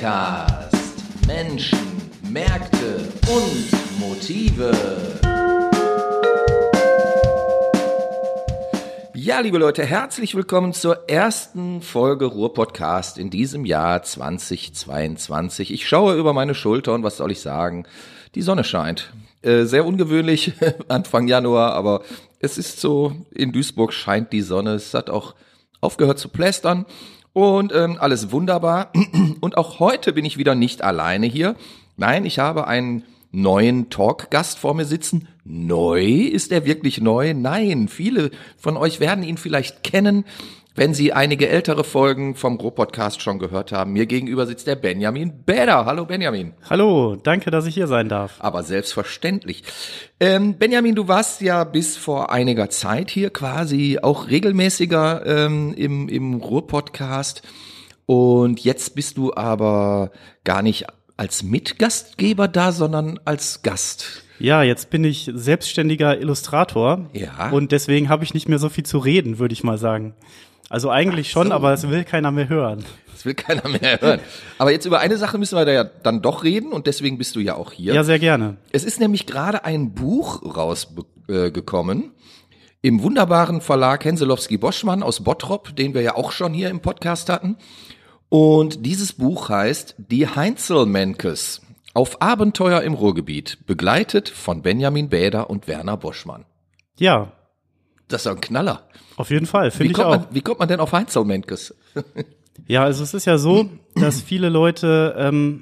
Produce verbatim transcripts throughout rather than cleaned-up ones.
Podcast. Menschen, Märkte und Motive. Ja, liebe Leute, herzlich willkommen zur ersten Folge Ruhr-Podcast in diesem Jahr zweitausendzweiundzwanzig. Ich schaue über meine Schulter und was soll ich sagen? Die Sonne scheint. Äh, sehr ungewöhnlich, Anfang Januar, aber es ist so, in Duisburg scheint die Sonne. Es hat auch aufgehört zu plästern und ähm, alles wunderbar. Und auch heute bin ich wieder nicht alleine hier. Nein, ich habe einen neuen Talkgast vor mir sitzen. Neu? Ist er wirklich neu? Nein, viele von euch werden ihn vielleicht kennen, wenn sie einige ältere Folgen vom Ruhr-Podcast schon gehört haben. Mir gegenüber sitzt der Benjamin Bäder. Hallo Benjamin. Hallo, danke, dass ich hier sein darf. Aber selbstverständlich. Ähm, Benjamin, du warst ja bis vor einiger Zeit hier quasi auch regelmäßiger ähm, im, im Ruhr-Podcast. Und jetzt bist du aber gar nicht als Mitgastgeber da, sondern als Gast. Ja, jetzt bin ich selbstständiger Illustrator. Ja. Und deswegen habe ich nicht mehr so viel zu reden, würde ich mal sagen. Also eigentlich Ach so. schon, aber es will keiner mehr hören. Das will keiner mehr hören. Aber jetzt über eine Sache müssen wir da ja dann doch reden und deswegen bist du ja auch hier. Ja, sehr gerne. Es ist nämlich gerade ein Buch rausgekommen im wunderbaren Verlag Henselowski-Boschmann aus Bottrop, den wir ja auch schon hier im Podcast hatten. Und dieses Buch heißt Die Heinzelmännches auf Abenteuer im Ruhrgebiet, begleitet von Benjamin Bäder und Werner Boschmann. Ja. Das ist doch ein Knaller. Auf jeden Fall, finde ich auch. Man, wie kommt man denn auf Heinzelmännches? Ja, also es ist ja so, dass viele Leute ähm,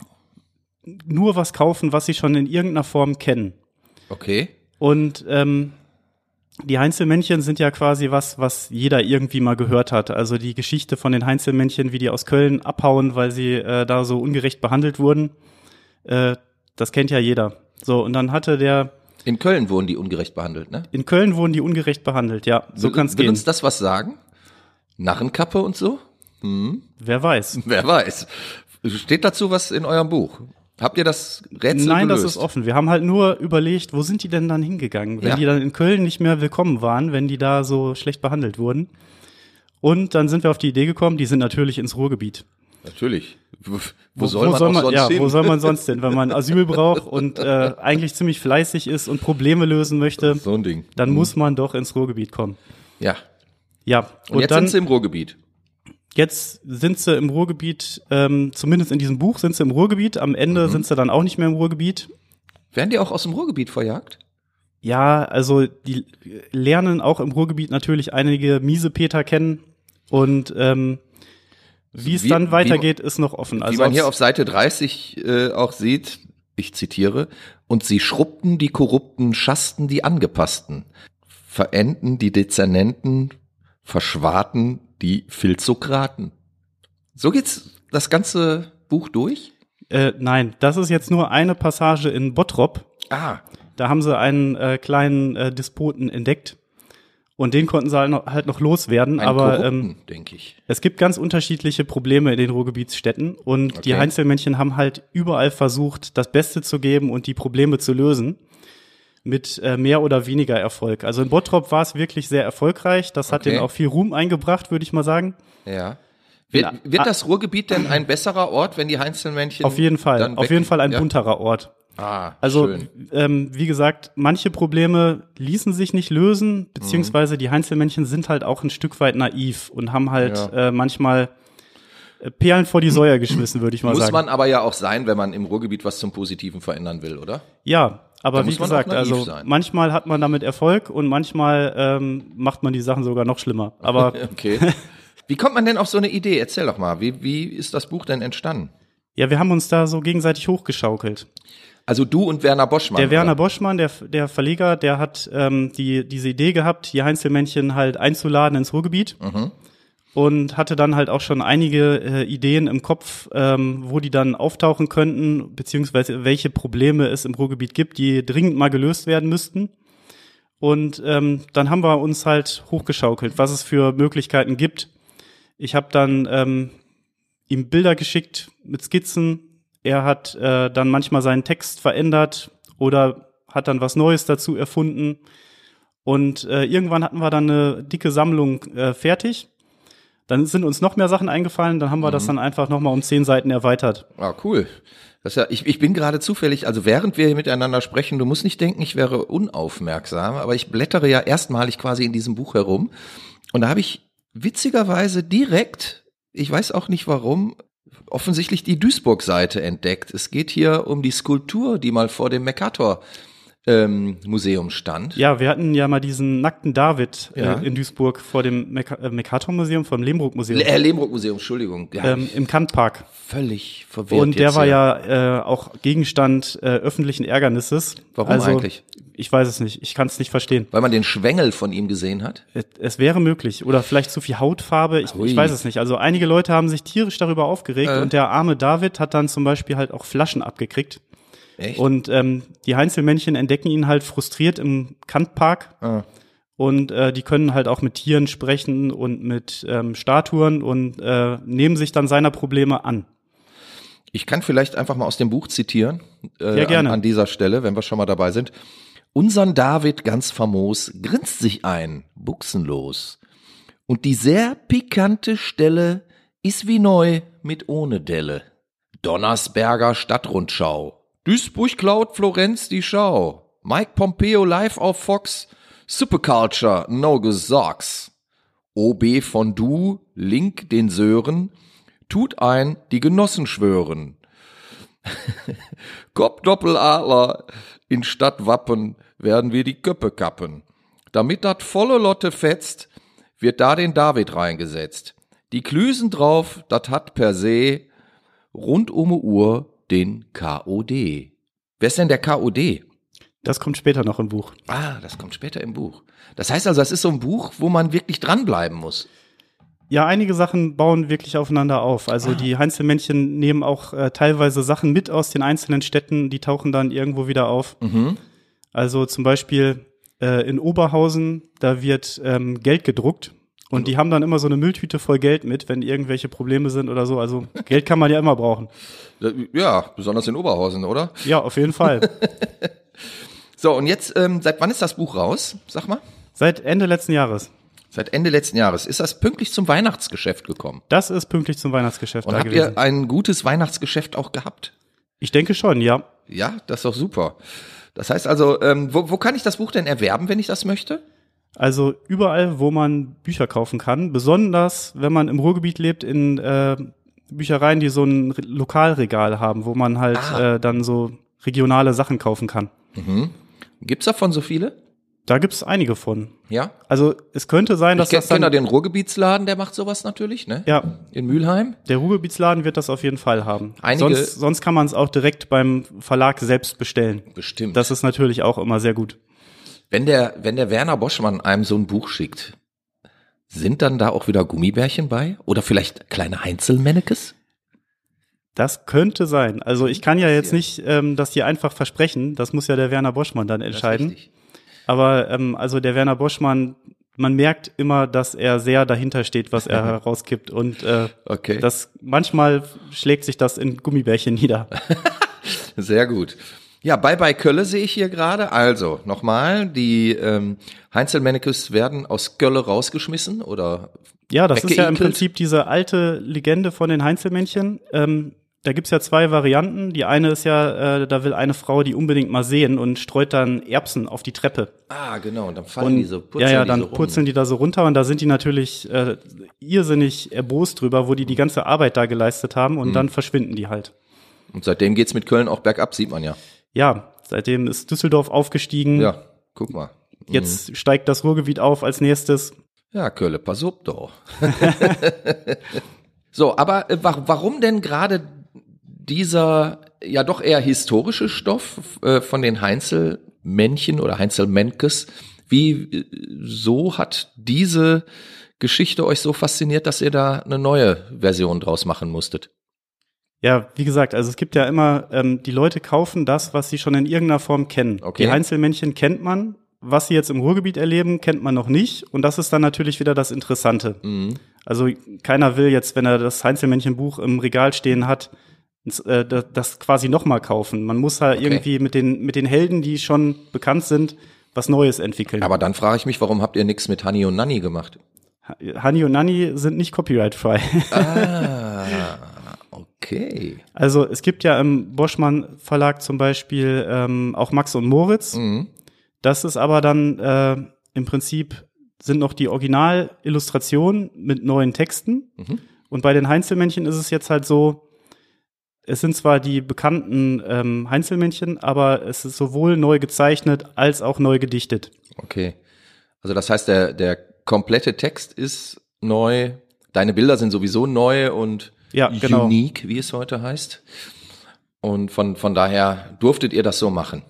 nur was kaufen, was sie schon in irgendeiner Form kennen. Okay. Und ähm, die Heinzelmännchen sind ja quasi was, was jeder irgendwie mal gehört hat. Also die Geschichte von den Heinzelmännchen, wie die aus Köln abhauen, weil sie äh, da so ungerecht behandelt wurden, äh, das kennt ja jeder. So, und dann hatte der In Köln wurden die ungerecht behandelt, ne? In Köln wurden die ungerecht behandelt, ja. So will, kann's will gehen. uns das was sagen? Narrenkappe und so? Hm. Wer weiß. Wer weiß. Steht dazu was in eurem Buch? Habt ihr das Rätsel Nein, gelöst? das ist offen. Wir haben halt nur überlegt, wo sind die denn dann hingegangen, wenn Ja. die dann in Köln nicht mehr willkommen waren, wenn die da so schlecht behandelt wurden. Und dann sind wir auf die Idee gekommen, die sind natürlich ins Ruhrgebiet. Natürlich. Wo, wo, Wo, soll wo man soll auch man, sonst ja, hin? wo soll man sonst hin, wenn man Asyl braucht und äh, eigentlich ziemlich fleißig ist und Probleme lösen möchte, So ein Ding. dann Mhm. muss man doch ins Ruhrgebiet kommen. Ja. Ja, Und, und, jetzt dann sind sie im Ruhrgebiet. Jetzt sind sie im Ruhrgebiet, ähm, zumindest in diesem Buch sind sie im Ruhrgebiet, am Ende Mhm. sind sie dann auch nicht mehr im Ruhrgebiet. Werden die auch aus dem Ruhrgebiet verjagt? Ja, also die lernen auch im Ruhrgebiet natürlich einige Miesepeter kennen und ähm, wie es Wie- dann wie- weitergeht, ist noch offen. Wie Also man hier aufs- auf Seite dreißig äh, auch sieht, ich zitiere, und sie schrubbten die Korrupten, schassten die Angepassten, verenden die Dezernenten, verschwarten die Filzokraten. So geht's das ganze Buch durch? äh, nein, das ist jetzt nur eine Passage in Bottrop. Ah, Da haben sie einen äh, kleinen äh, Despoten entdeckt und den konnten sie halt noch, halt noch loswerden. ein aber Korrupten, ähm, denke ich. es gibt ganz unterschiedliche Probleme in den Ruhrgebietsstädten und Okay. die Heinzelmännchen haben halt überall versucht, das Beste zu geben und die Probleme zu lösen. Mit äh, mehr oder weniger Erfolg. Also in Bottrop war es wirklich sehr erfolgreich. Das hat Okay. denen auch viel Ruhm eingebracht, würde ich mal sagen. Ja. Wird, Na, wird ah. das Ruhrgebiet denn ein besserer Ort, wenn die Heinzelmännchen Auf jeden Fall. dann Auf weg- jeden Fall ein ja? bunterer Ort. Ah, Also, schön. ähm, wie gesagt, manche Probleme ließen sich nicht lösen, beziehungsweise die Heinzelmännchen sind halt auch ein Stück weit naiv und haben halt Ja. äh, manchmal äh, Perlen vor die Säue geschmissen, würde ich mal Muss sagen. man aber ja auch sein, wenn man im Ruhrgebiet was zum Positiven verändern will, oder? Ja, aber Da wie muss man auch gesagt, naiv also sein. manchmal hat man damit Erfolg und manchmal ähm, macht man die Sachen sogar noch schlimmer. Aber Okay. Wie kommt man denn auf so eine Idee? Erzähl doch mal. Wie, wie ist das Buch denn entstanden? ja, wir haben uns da so gegenseitig hochgeschaukelt. Also du und Werner Boschmann. Der Werner oder? Boschmann, der, der Verleger, der hat ähm, die diese Idee gehabt, die Heinzelmännchen halt einzuladen ins Ruhrgebiet Mhm. und hatte dann halt auch schon einige äh, Ideen im Kopf, ähm, wo die dann auftauchen könnten, beziehungsweise welche Probleme es im Ruhrgebiet gibt, die dringend mal gelöst werden müssten. Und ähm, dann haben wir uns halt hochgeschaukelt, was es für Möglichkeiten gibt. Ich habe dann ähm, ihm Bilder geschickt mit Skizzen. Er hat äh, dann manchmal seinen Text verändert oder hat dann was Neues dazu erfunden. Und äh, irgendwann hatten wir dann eine dicke Sammlung äh, fertig. Dann sind uns noch mehr Sachen eingefallen, dann haben wir mhm. das dann einfach nochmal um zehn Seiten erweitert. Ah, cool. Das ist ja, ich, ich bin gerade zufällig, also während wir miteinander sprechen, du musst nicht denken, ich wäre unaufmerksam, aber ich blättere ja erstmalig quasi in diesem Buch herum und da habe ich witzigerweise direkt, ich weiß auch nicht warum, offensichtlich die Duisburg-Seite entdeckt. Es geht hier um die Skulptur, die mal vor dem Mercator Ähm, Museum stand. Ja, wir hatten ja mal diesen nackten David ja. äh, in Duisburg vor dem Merc- äh, Mercator-Museum, vom Lehmbruck-Museum. Äh, Lehmbruck-Museum, Entschuldigung. Ja, ähm, Im Kantpark. Völlig verwirrt. Und der jetzt war hier. ja äh, auch Gegenstand äh, öffentlichen Ärgernisses. Warum also, eigentlich? Ich weiß es nicht. Ich kann es nicht verstehen. Weil man den Schwengel von ihm gesehen hat? Es, es wäre möglich. Oder vielleicht zu viel Hautfarbe. Ich, ich weiß es nicht. Also einige Leute haben sich tierisch darüber aufgeregt äh. und der arme David hat dann zum Beispiel halt auch Flaschen abgekriegt. Echt? Und ähm, die Heinzelmännchen entdecken ihn halt frustriert im Kantpark. Ah. Und äh, die können halt auch mit Tieren sprechen und mit ähm, Statuen und äh, nehmen sich dann seiner Probleme an. Ich kann vielleicht einfach mal aus dem Buch zitieren, äh, ja, gerne. An, an dieser Stelle, wenn wir schon mal dabei sind. Unsern David ganz famos grinst sich ein, buchsenlos. Und die sehr pikante Stelle ist wie neu mit ohne Delle. Donnersberger Stadtrundschau. Duisburg klaut Florenz die Schau. Mike Pompeo live auf Fox. Superculture, no Gesocks. O B von Du, Link den Sören. Tut ein, die Genossen schwören. Kopf Doppeladler, in Stadtwappen werden wir die Köppe kappen. Damit dat volle Lotte fetzt, wird da den David reingesetzt. Die Klüsen drauf, dat hat per se rund um die Uhr den K O D. Wer ist denn der K O D? Das kommt später noch im Buch. Ah, das kommt später im Buch. Das heißt also, das ist so ein Buch, wo man wirklich dranbleiben muss. Ja, einige Sachen bauen wirklich aufeinander auf. Also ah. die Heinzelmännchen nehmen auch äh, teilweise Sachen mit aus den einzelnen Städten, die tauchen dann irgendwo wieder auf. Mhm. Also zum Beispiel äh, in Oberhausen, da wird ähm, Geld gedruckt. Und die haben dann immer so eine Mülltüte voll Geld mit, wenn irgendwelche Probleme sind oder so. Also Geld kann man ja immer brauchen. Ja, besonders in Oberhausen, oder? Ja, auf jeden Fall. So, und jetzt, ähm, seit wann ist das Buch raus? Sag mal. Seit Ende letzten Jahres. Seit Ende letzten Jahres. Ist das pünktlich zum Weihnachtsgeschäft gekommen? Das ist pünktlich zum Weihnachtsgeschäft und da habt gewesen. Ihr ein gutes Weihnachtsgeschäft auch gehabt? Ich denke schon, ja. Ja, das ist doch super. Das heißt also, ähm, wo, wo kann ich das Buch denn erwerben, wenn ich das möchte? Also überall, wo man Bücher kaufen kann, besonders wenn man im Ruhrgebiet lebt, in äh, Büchereien, die so ein Re- Lokalregal haben, wo man halt ah. äh, dann so regionale Sachen kaufen kann. Mhm. Gibt's davon so viele? Da gibt's einige von. Ja? Also es könnte sein, dass ich das dann... Ich kenne den Ruhrgebietsladen, der macht sowas natürlich, ne? Ja. In Mülheim. Der Ruhrgebietsladen wird das auf jeden Fall haben. Einige sonst, sonst kann man es auch direkt beim Verlag selbst bestellen. Bestimmt. Das ist natürlich auch immer sehr gut. Wenn der, wenn der Werner Boschmann einem so ein Buch schickt, sind dann da auch wieder Gummibärchen bei? Oder vielleicht kleine Heinzelmännekes? Das könnte sein. Also ich kann ja jetzt nicht ähm, das hier einfach versprechen. Das muss ja der Werner Boschmann dann entscheiden. Aber ähm, also der Werner Boschmann, man merkt immer, dass er sehr dahinter steht, was er herausgibt. Und äh, okay. das manchmal schlägt sich das in Gummibärchen nieder. Sehr gut. Ja, Bye Bye Kölle sehe ich hier gerade. Also, nochmal, die ähm, Heinzelmännekes werden aus Kölle rausgeschmissen oder Ja, das ist ja im Prinzip diese alte Legende von den Heinzelmännchen. Ähm, da gibt's ja zwei Varianten. Die eine ist ja, äh, da will eine Frau die unbedingt mal sehen und streut dann Erbsen auf die Treppe. Ah, genau, und dann fallen und, die so, purzeln Ja, ja, die dann so rum. purzeln die da so runter und da sind die natürlich äh, irrsinnig erbost drüber, wo die die ganze Arbeit da geleistet haben und mhm. dann verschwinden die halt. Und seitdem geht's mit Köln auch bergab, sieht man ja. Ja, seitdem ist Düsseldorf aufgestiegen. Ja, guck mal. Mhm. Jetzt steigt das Ruhrgebiet auf als nächstes. Ja, Kölle, pass auf doch. So, aber äh, warum denn gerade dieser ja doch eher historische Stoff äh, von den Heinzelmännchen oder Heinzelmännekes? Wie äh, so hat diese Geschichte euch so fasziniert, dass ihr da eine neue Version draus machen musstet? Ja, wie gesagt, also es gibt ja immer, ähm, die Leute kaufen das, was sie schon in irgendeiner Form kennen. Okay. Die Heinzelmännchen kennt man, was sie jetzt im Ruhrgebiet erleben, kennt man noch nicht. Und das ist dann natürlich wieder das Interessante. Mhm. Also keiner will jetzt, wenn er das Heinzelmännchenbuch im Regal stehen hat, äh, das quasi nochmal kaufen. Man muss halt okay. irgendwie mit den, mit den Helden, die schon bekannt sind, was Neues entwickeln. Aber dann frage ich mich, warum habt ihr nichts mit Hanni und Nanni gemacht? Hani und Nanni sind nicht copyright-frei. Ah, okay. Also es gibt ja im Boschmann Verlag zum Beispiel ähm, auch Max und Moritz. Mhm. Das ist aber dann äh, im Prinzip sind noch die Originalillustrationen mit neuen Texten. Mhm. Und bei den Heinzelmännchen ist es jetzt halt so, es sind zwar die bekannten ähm, Heinzelmännchen, aber es ist sowohl neu gezeichnet als auch neu gedichtet. Okay. Also das heißt, der, der komplette Text ist neu, deine Bilder sind sowieso neu und Ja, genau. unique, wie es heute heißt. Und von, von daher durftet ihr das so machen.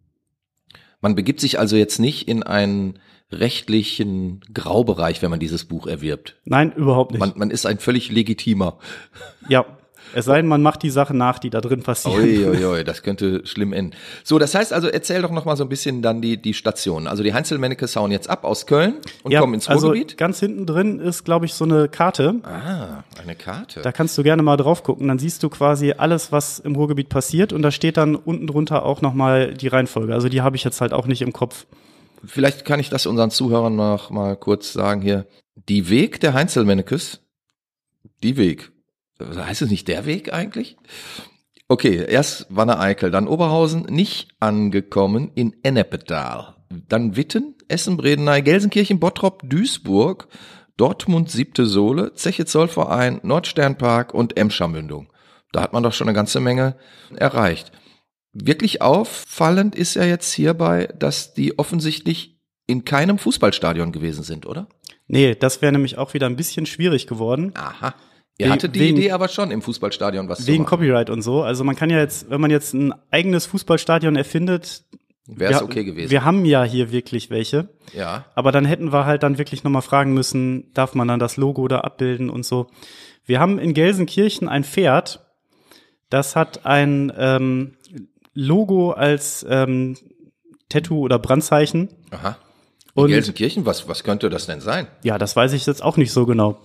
Man begibt sich also jetzt nicht in einen rechtlichen Graubereich, wenn man dieses Buch erwirbt. Nein, überhaupt nicht. Man, man ist ein völlig legitimer. Ja, es sei denn, man macht die Sachen nach, die da drin passieren. Ui, ui, ui, das könnte schlimm enden. So, das heißt also, erzähl doch noch mal so ein bisschen dann die die Stationen. Also die Heinzelmännekes hauen jetzt ab aus Köln und Ja, kommen ins also Ruhrgebiet. ganz hinten drin ist, glaube ich, so eine Karte. Ah, eine Karte. Da kannst du gerne mal drauf gucken. Dann siehst du quasi alles, was im Ruhrgebiet passiert. Und da steht dann unten drunter auch nochmal die Reihenfolge. Also die habe ich jetzt halt auch nicht im Kopf. Vielleicht kann ich das unseren Zuhörern noch mal kurz sagen hier. Die Weg der Heinzelmännekes. Die Weg. Heißt es nicht der Weg eigentlich? Okay, erst Wanne-Eickel, dann Oberhausen, nicht angekommen in Ennepetal. Dann Witten, Essen, Bredeney, Gelsenkirchen, Bottrop, Duisburg, Dortmund, Siebte Sohle, Zeche Zollverein, Nordsternpark und Emscher Mündung. Da hat man doch schon eine ganze Menge erreicht. Wirklich auffallend ist ja jetzt hierbei, dass die offensichtlich in keinem Fußballstadion gewesen sind, oder? Nee, das wäre nämlich auch wieder ein bisschen schwierig geworden. Aha. Ihr We- hattet die wegen- Idee aber schon im Fußballstadion was Wegen zu machen. Copyright und so. Also man kann ja jetzt, wenn man jetzt ein eigenes Fußballstadion erfindet, Wäre es wir- okay gewesen. Wir haben ja hier wirklich welche. Ja. Aber dann hätten wir halt dann wirklich nochmal fragen müssen, darf man dann das Logo da abbilden und so. Wir haben in Gelsenkirchen ein Pferd, das hat ein ähm, Logo als ähm, Tattoo oder Brandzeichen. Aha. In Und Gelsenkirchen, was, was könnte das denn sein? ja, das weiß ich jetzt auch nicht so genau.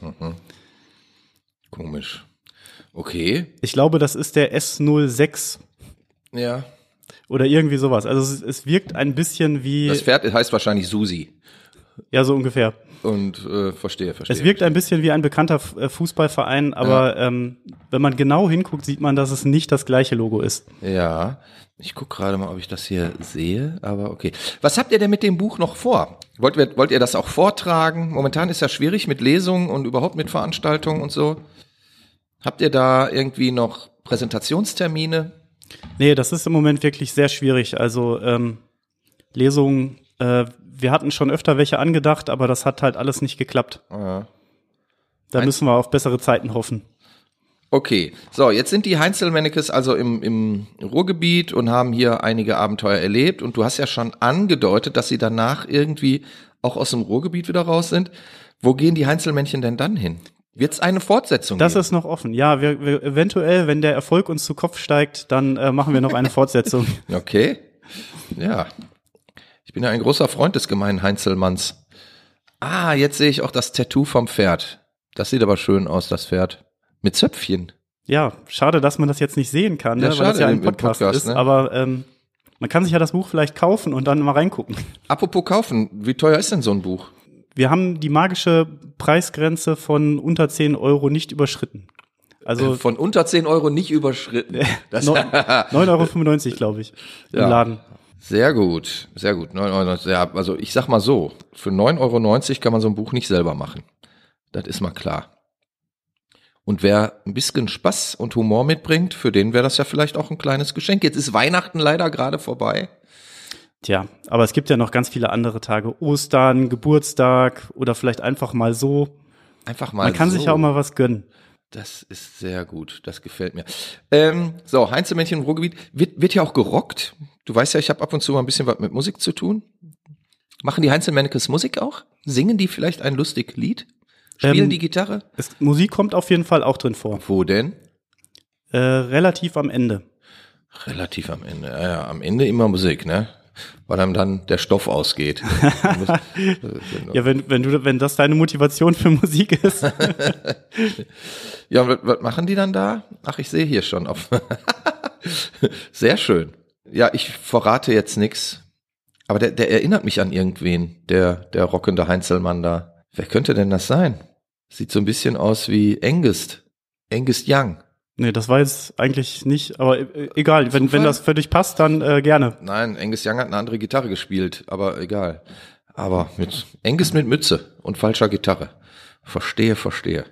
Komisch. Okay. Ich glaube, das ist der S null sechs Ja. oder irgendwie sowas. Also es, es wirkt ein bisschen wie, Das Pferd heißt wahrscheinlich Susi. ja, so ungefähr. Und äh, verstehe, verstehe. Es wirkt ein bisschen wie ein bekannter F- äh, Fußballverein, aber ähm, wenn man genau hinguckt, sieht man, dass es nicht das gleiche Logo ist. Ja. Ich gucke gerade mal, ob ich das hier sehe, aber okay. Was habt ihr denn mit dem Buch noch vor? Wollt ihr, wollt ihr das auch vortragen? Momentan ist ja schwierig mit Lesungen und überhaupt mit Veranstaltungen und so. Habt ihr da irgendwie noch Präsentationstermine? Nee, das ist im Moment wirklich sehr schwierig. Also ähm, Lesungen, äh, wir hatten schon öfter welche angedacht, aber das hat halt alles nicht geklappt. Ja. Da Ein- müssen wir auf bessere Zeiten hoffen. Okay, so, jetzt sind die Heinzelmännekes also im, im Ruhrgebiet und haben hier einige Abenteuer erlebt und du hast ja schon angedeutet, dass sie danach irgendwie auch aus dem Ruhrgebiet wieder raus sind. Wo gehen die Heinzelmännchen denn dann hin? Wird es eine Fortsetzung Das geben? ist noch offen. Ja, wir, wir eventuell, wenn der Erfolg uns zu Kopf steigt, dann äh, machen wir noch eine Fortsetzung. Okay, ja. Ich bin ja ein großer Freund des gemeinen Heinzelmanns. Ah, jetzt sehe ich auch das Tattoo vom Pferd. Das sieht aber schön aus, das Pferd. Mit Zöpfchen. Ja, schade, dass man das jetzt nicht sehen kann, ne, Ja, weil schade das ja ein im- im Podcast, Podcast, ist. ne? Aber ähm, man kann sich ja das Buch vielleicht kaufen und dann mal reingucken. Apropos kaufen, wie teuer ist denn so ein Buch? Wir haben die magische Preisgrenze von unter zehn Euro nicht überschritten. Also Von unter zehn Euro nicht überschritten. Das neun Euro fünfundneunzig, glaube ich, im Ja. Laden. Sehr gut, sehr gut. neun Euro neunzig. Ja, also ich sag mal so, für neun Euro neunzig kann man so ein Buch nicht selber machen. Das ist mal klar. Und wer ein bisschen Spaß und Humor mitbringt, für den wäre das ja vielleicht auch ein kleines Geschenk. Jetzt ist Weihnachten leider gerade vorbei. Tja, aber es gibt ja noch ganz viele andere Tage. Ostern, Geburtstag oder vielleicht einfach mal so. Einfach mal Man kann so. sich ja auch mal was gönnen. Das ist sehr gut, das gefällt mir. Ähm, so, Heinzelmännchen im Ruhrgebiet. Wird, wird ja auch gerockt. Du weißt ja, ich habe ab und zu mal ein bisschen was mit Musik zu tun. Machen die Heinzelmännekes Musik auch? Singen die vielleicht ein lustiges Lied? Spielen Ähm, die Gitarre? Es, Musik kommt auf jeden Fall auch drin vor. Wo denn? Äh, relativ am Ende. Relativ am Ende. Ja, ja, am Ende immer Musik, ne? Weil einem dann der Stoff ausgeht. Ja, wenn, wenn du, wenn das deine Motivation für Musik ist. Ja, was, was machen die dann da? Ach, ich sehe hier schon auf. Sehr schön. Ja, ich verrate jetzt nix. Aber der, der erinnert mich an irgendwen, der, der rockende Heinzelmann da. Wer könnte denn das sein? Sieht so ein bisschen aus wie Angus. Angus Young. Nee, das war jetzt eigentlich nicht, aber äh, egal, wenn, wenn das für dich passt, dann äh, gerne. Nein, Angus Young hat eine andere Gitarre gespielt, aber egal. Aber mit Angus mit Mütze und falscher Gitarre. Verstehe, verstehe.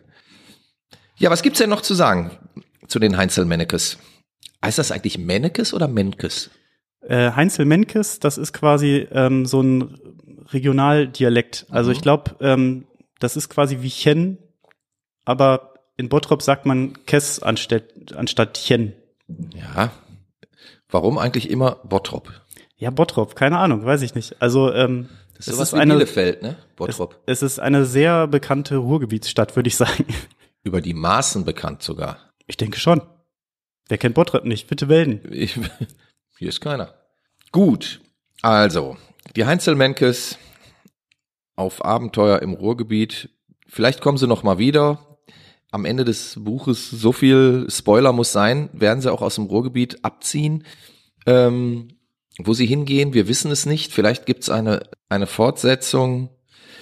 Ja, was gibt's denn noch zu sagen zu den Heinzel-Mennekes? Heißt das eigentlich Mennekes oder Menkes? Äh, Heinzel-Menkes, das ist quasi ähm, so ein Regionaldialekt. Also Mhm. ich glaube, ähm, das ist quasi wie Chen, aber in Bottrop sagt man Kess anstatt, anstatt Chen. Ja. Warum eigentlich immer Bottrop? Ja, Bottrop, keine Ahnung, weiß ich nicht. Also ähm, Das ist es sowas ist wie eine, Bielefeld, ne? Bottrop. Es, es ist eine sehr bekannte Ruhrgebietsstadt, würde ich sagen. Über die Maßen bekannt sogar. Ich denke schon. Wer kennt Bottrop nicht? Bitte melden. Ich, hier ist keiner. Gut, also, die Heinzel-Menkes auf Abenteuer im Ruhrgebiet. Vielleicht kommen sie noch mal wieder. Am Ende des Buches, so viel Spoiler muss sein, werden sie auch aus dem Ruhrgebiet abziehen. Ähm, wo sie hingehen, wir wissen es nicht. Vielleicht gibt's eine, eine Fortsetzung.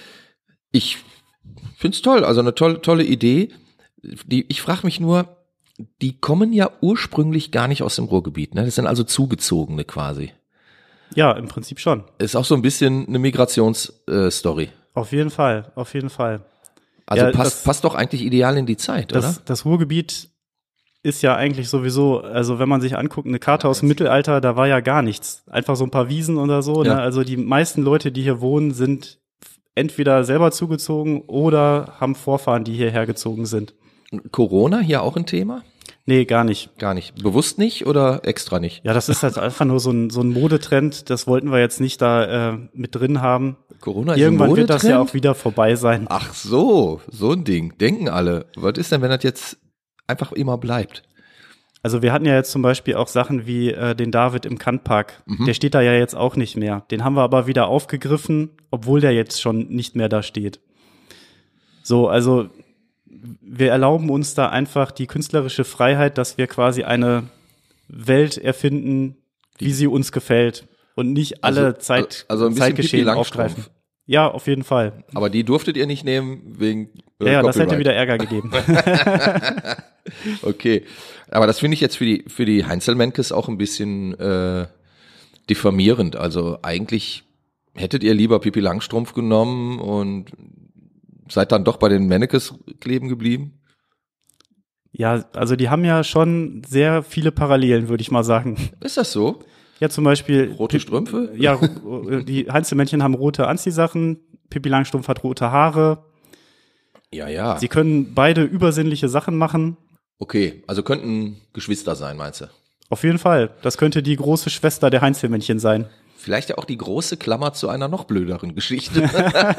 Ich find's toll, also eine tolle, tolle Idee. Die, ich frage mich nur, die kommen ja ursprünglich gar nicht aus dem Ruhrgebiet, ne? Das sind also Zugezogene quasi. Ja, im Prinzip schon. Ist auch so ein bisschen eine Migrationsstory. Auf jeden Fall, auf jeden Fall. Also Ja, passt, das- passt doch eigentlich ideal in die Zeit, Das, oder? das Ruhrgebiet ist ja eigentlich sowieso, also wenn man sich anguckt, eine Karte aus dem Mittelalter, da war ja gar nichts. Einfach so ein paar Wiesen oder so. Ja. Ne? Also die meisten Leute, die hier wohnen, sind entweder selber zugezogen oder haben Vorfahren, die hierher gezogen sind. Corona hier auch ein Thema? Nee, gar nicht. Gar nicht. Bewusst nicht oder extra nicht? Ja, das ist halt einfach nur so ein, so ein Modetrend. Das wollten wir jetzt nicht da äh, mit drin haben. Corona ist Irgendwann ein wird das ja Modetrend? auch wieder vorbei sein. Ach so, so ein Ding. Denken alle. Was ist denn, wenn das jetzt einfach immer bleibt? Also wir hatten ja jetzt zum Beispiel auch Sachen wie äh, den David im Kantpark. Mhm. Der steht da ja jetzt auch nicht mehr. Den haben wir aber wieder aufgegriffen, obwohl der jetzt schon nicht mehr da steht. So, also wir erlauben uns da einfach die künstlerische Freiheit, dass wir quasi eine Welt erfinden, wie sie uns gefällt und nicht alle Also- Zeit, also ein bisschen Pippi Zeitgeschehen Langstrumpf. aufgreifen. Ja, auf jeden Fall. Aber die durftet ihr nicht nehmen wegen äh, Ja, ja, das hätte Copyright. wieder Ärger gegeben. Okay, aber das finde ich jetzt für die für die Heinzel-Menkes auch ein bisschen äh, diffamierend. Also eigentlich hättet ihr lieber Pippi Langstrumpf genommen und seid dann doch bei den Mennekes kleben geblieben. Ja, also die haben ja schon sehr viele Parallelen, würde ich mal sagen. Ist das so? Ja, zum Beispiel. Rote Strümpfe? Ja, die Heinzelmännchen haben rote Anziehsachen, Pippi Langstrumpf hat rote Haare. Ja, ja. Sie können beide übersinnliche Sachen machen. Okay, also könnten Geschwister sein, meinst du? Auf jeden Fall. Das könnte die große Schwester der Heinzelmännchen sein. Vielleicht ja auch die große Klammer zu einer noch blöderen Geschichte.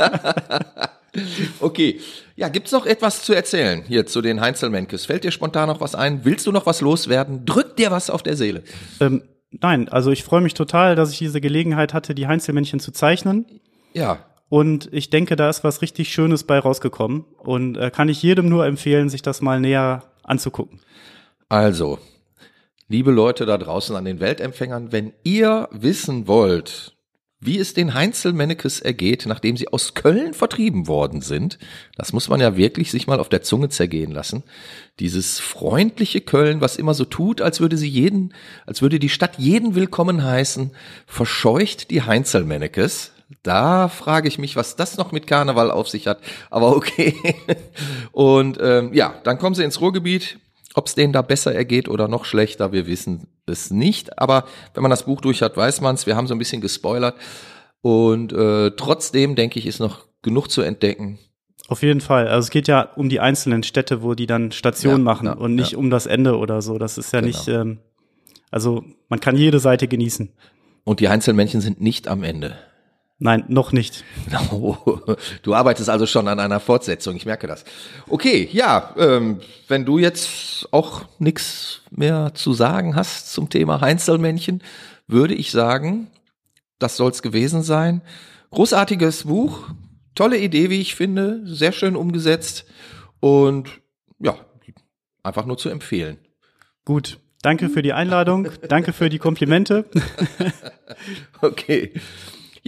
Okay, ja, gibt's noch etwas zu erzählen hier zu den Heinzel-Menkes? Fällt dir spontan noch was ein? Willst du noch was loswerden? Drückt dir was auf der Seele? Ähm, nein, also ich freue mich total, dass ich diese Gelegenheit hatte, die Heinzelmännchen zu zeichnen. Ja, Und ich denke, da ist was richtig Schönes bei rausgekommen. Und äh, kann ich jedem nur empfehlen, sich das mal näher anzugucken. also, liebe Leute da draußen an den Weltempfängern, wenn ihr wissen wollt, wie es den Heinzel-Mennekes ergeht, nachdem sie aus Köln vertrieben worden sind, das muss man ja wirklich sich mal auf der Zunge zergehen lassen. Dieses freundliche Köln, was immer so tut, als würde sie jeden, als würde die Stadt jeden willkommen heißen, verscheucht die Heinzel-Mennekes. Da frage ich mich, was das noch mit Karneval auf sich hat. Aber okay. Und ähm, ja, dann kommen sie ins Ruhrgebiet. Ob es denen da besser ergeht oder noch schlechter, wir wissen es nicht. Aber wenn man das Buch durch hat, weiß man es. Wir haben so ein bisschen gespoilert. Und äh, trotzdem, denke ich, ist noch genug zu entdecken. Auf jeden Fall. Also es geht ja um die einzelnen Städte, wo die dann Stationen Ja, machen ja, und nicht ja. um das Ende oder so. Das ist ja Genau. nicht, ähm, also man kann jede Seite genießen. Und die Heinzelmännchen sind nicht am Ende. Nein, noch nicht. Du arbeitest also schon an einer Fortsetzung, ich merke das. Okay, ja, ähm, wenn du jetzt auch nichts mehr zu sagen hast zum Thema Heinzelmännchen, würde ich sagen, das soll's gewesen sein. Großartiges Buch, tolle Idee, wie ich finde, sehr schön umgesetzt und ja, einfach nur zu empfehlen. Gut. Danke für die Einladung. Danke für die Komplimente. Okay.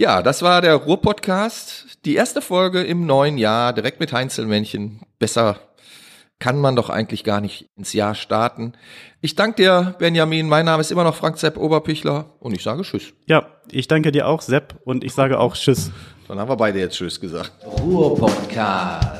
Ja, das war der Ruhr-Podcast. Die erste Folge im neuen Jahr, direkt mit Heinzelmännchen. Besser kann man doch eigentlich gar nicht ins Jahr starten. Ich danke dir, Benjamin. Mein Name ist immer noch Frank Sepp Oberpichler und ich sage Tschüss. Ja, ich danke dir auch, Sepp, und ich sage auch Tschüss. Dann haben wir beide jetzt Tschüss gesagt. Ruhr-Podcast.